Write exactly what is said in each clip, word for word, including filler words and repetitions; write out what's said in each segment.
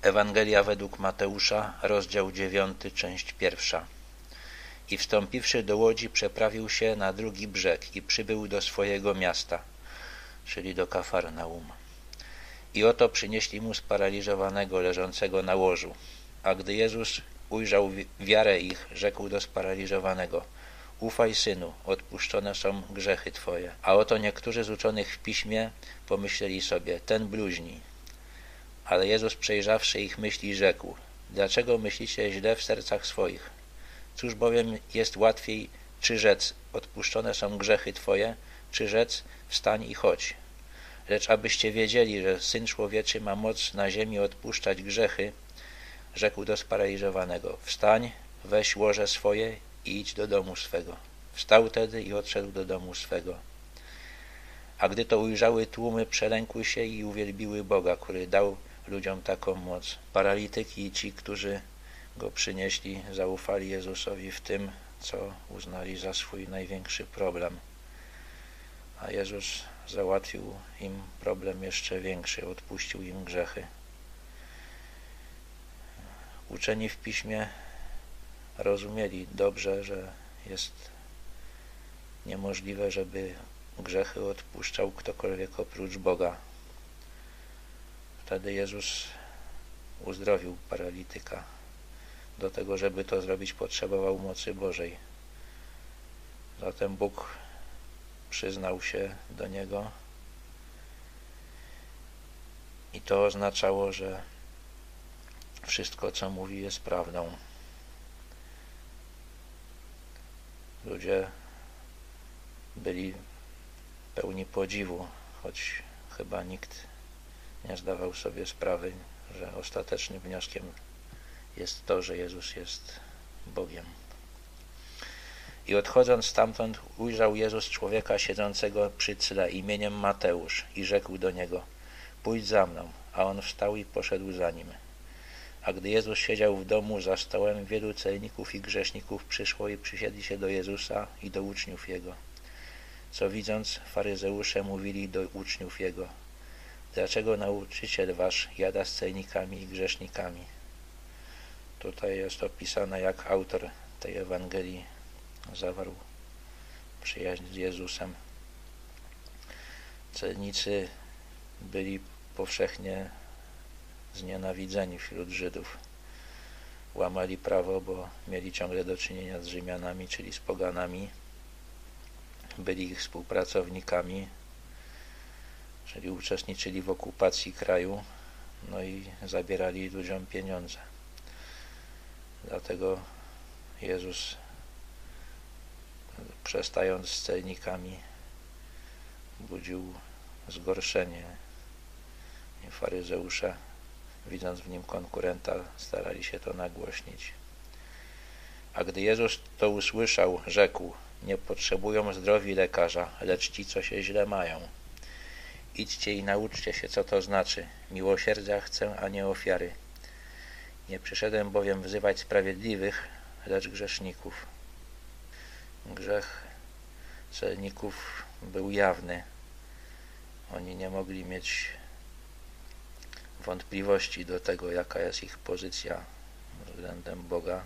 Ewangelia według Mateusza, rozdział dziewiąty, część pierwsza. I wstąpiwszy do łodzi, przeprawił się na drugi brzeg i przybył do swojego miasta, czyli do Kafarnaum. I oto przynieśli mu sparaliżowanego, leżącego na łożu. A gdy Jezus ujrzał wiarę ich, rzekł do sparaliżowanego: Ufaj, synu, odpuszczone są grzechy twoje. A oto niektórzy z uczonych w piśmie pomyśleli sobie: ten bluźni. Ale Jezus, przejrzawszy ich myśli, rzekł: dlaczego myślicie źle w sercach swoich? Cóż bowiem jest łatwiej, czy rzec: odpuszczone są grzechy twoje, czy rzec: wstań i chodź? Lecz abyście wiedzieli, że Syn Człowieczy ma moc na ziemi odpuszczać grzechy, rzekł do sparaliżowanego: wstań, weź łoże swoje i idź do domu swego. Wstał tedy i odszedł do domu swego. A gdy to ujrzały tłumy, przelękły się i uwielbiły Boga, który dał ludziom taką moc. Paralityki i ci, którzy go przynieśli, zaufali Jezusowi w tym, co uznali za swój największy problem. A Jezus załatwił im problem jeszcze większy, odpuścił im grzechy. Uczeni w piśmie rozumieli dobrze, że jest niemożliwe, żeby grzechy odpuszczał ktokolwiek oprócz Boga. Wtedy Jezus uzdrowił paralityka. Do tego, żeby to zrobić, potrzebował mocy Bożej. Zatem Bóg przyznał się do niego i to oznaczało, że wszystko, co mówi, jest prawdą. Ludzie byli pełni podziwu, choć chyba nikt nie zdawał sobie sprawy, że ostatecznym wnioskiem jest to, że Jezus jest Bogiem. I odchodząc stamtąd, ujrzał Jezus człowieka siedzącego przy cle imieniem Mateusz i rzekł do niego: pójdź za mną. A on wstał i poszedł za nim. A gdy Jezus siedział w domu za stołem, wielu celników i grzeszników przyszło i przysiedli się do Jezusa i do uczniów Jego. Co widząc, faryzeusze mówili do uczniów Jego: dlaczego nauczyciel wasz jada z celnikami i grzesznikami? Tutaj jest opisane, jak autor tej Ewangelii zawarł przyjaźń z Jezusem. Celnicy byli powszechnie znienawidzeni wśród Żydów. Łamali prawo, bo mieli ciągle do czynienia z Rzymianami, czyli z poganami. Byli ich współpracownikami, czyli uczestniczyli w okupacji kraju, no i zabierali ludziom pieniądze. Dlatego Jezus, przestając z celnikami, budził zgorszenie. I faryzeusze, widząc w nim konkurenta, starali się to nagłośnić. A gdy Jezus to usłyszał, rzekł: nie potrzebują zdrowi lekarza, lecz ci, co się źle mają. Idźcie i nauczcie się, co to znaczy: miłosierdzia chcę, a nie ofiary. Nie przyszedłem bowiem wzywać sprawiedliwych, lecz grzeszników. Grzech celników był jawny. Oni nie mogli mieć wątpliwości do tego, jaka jest ich pozycja względem Boga.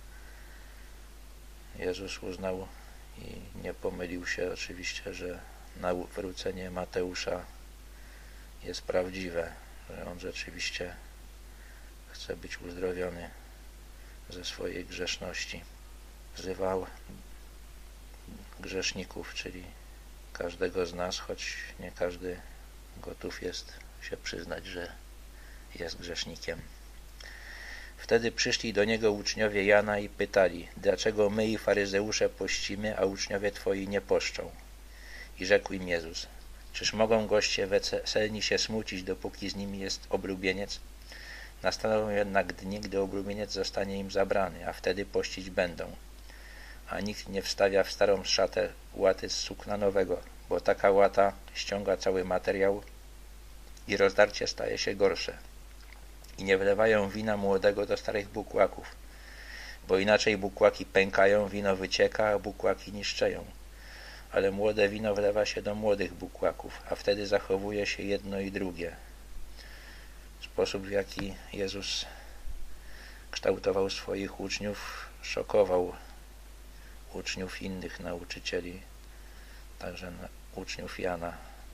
Jezus uznał i nie pomylił się oczywiście, że nawrócenie Mateusza jest prawdziwe, że on rzeczywiście chce być uzdrowiony ze swojej grzeszności. Wzywał grzeszników, czyli każdego z nas, choć nie każdy gotów jest się przyznać, że jest grzesznikiem. Wtedy przyszli do niego uczniowie Jana i pytali: dlaczego my i faryzeusze pościmy, a uczniowie twoi nie poszczą? I rzekł im Jezus: czyż mogą goście weselni się smucić, dopóki z nimi jest oblubieniec? Nastaną jednak dni, gdy oblubieniec zostanie im zabrany, a wtedy pościć będą. A nikt nie wstawia w starą szatę łaty z sukna nowego, bo taka łata ściąga cały materiał i rozdarcie staje się gorsze. I nie wlewają wina młodego do starych bukłaków, bo inaczej bukłaki pękają, wino wycieka, a bukłaki niszczeją. Ale młode wino wlewa się do młodych bukłaków, a wtedy zachowuje się jedno i drugie. sposób, w jaki Jezus kształtował swoich uczniów, szokował uczniów innych nauczycieli, także uczniów Jana.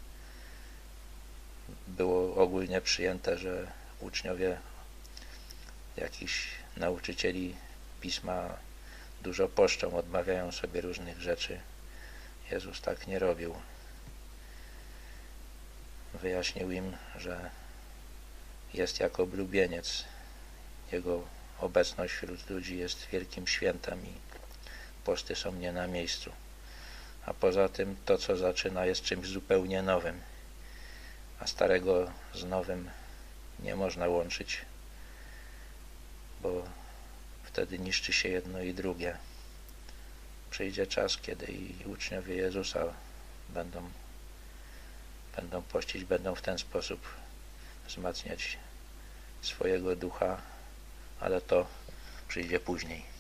Było ogólnie przyjęte, że uczniowie jakichś nauczycieli Pisma dużo poszczą, odmawiają sobie różnych rzeczy. Jezus tak nie robił. Wyjaśnił im, że jest jak oblubieniec. Jego obecność wśród ludzi jest wielkim świętem i posty są nie na miejscu. A poza tym to, co zaczyna, jest czymś zupełnie nowym. A starego z nowym nie można łączyć, bo wtedy niszczy się jedno i drugie. Przyjdzie czas, kiedy i uczniowie Jezusa będą, będą pościć, będą w ten sposób wzmacniać swojego ducha, ale to przyjdzie później.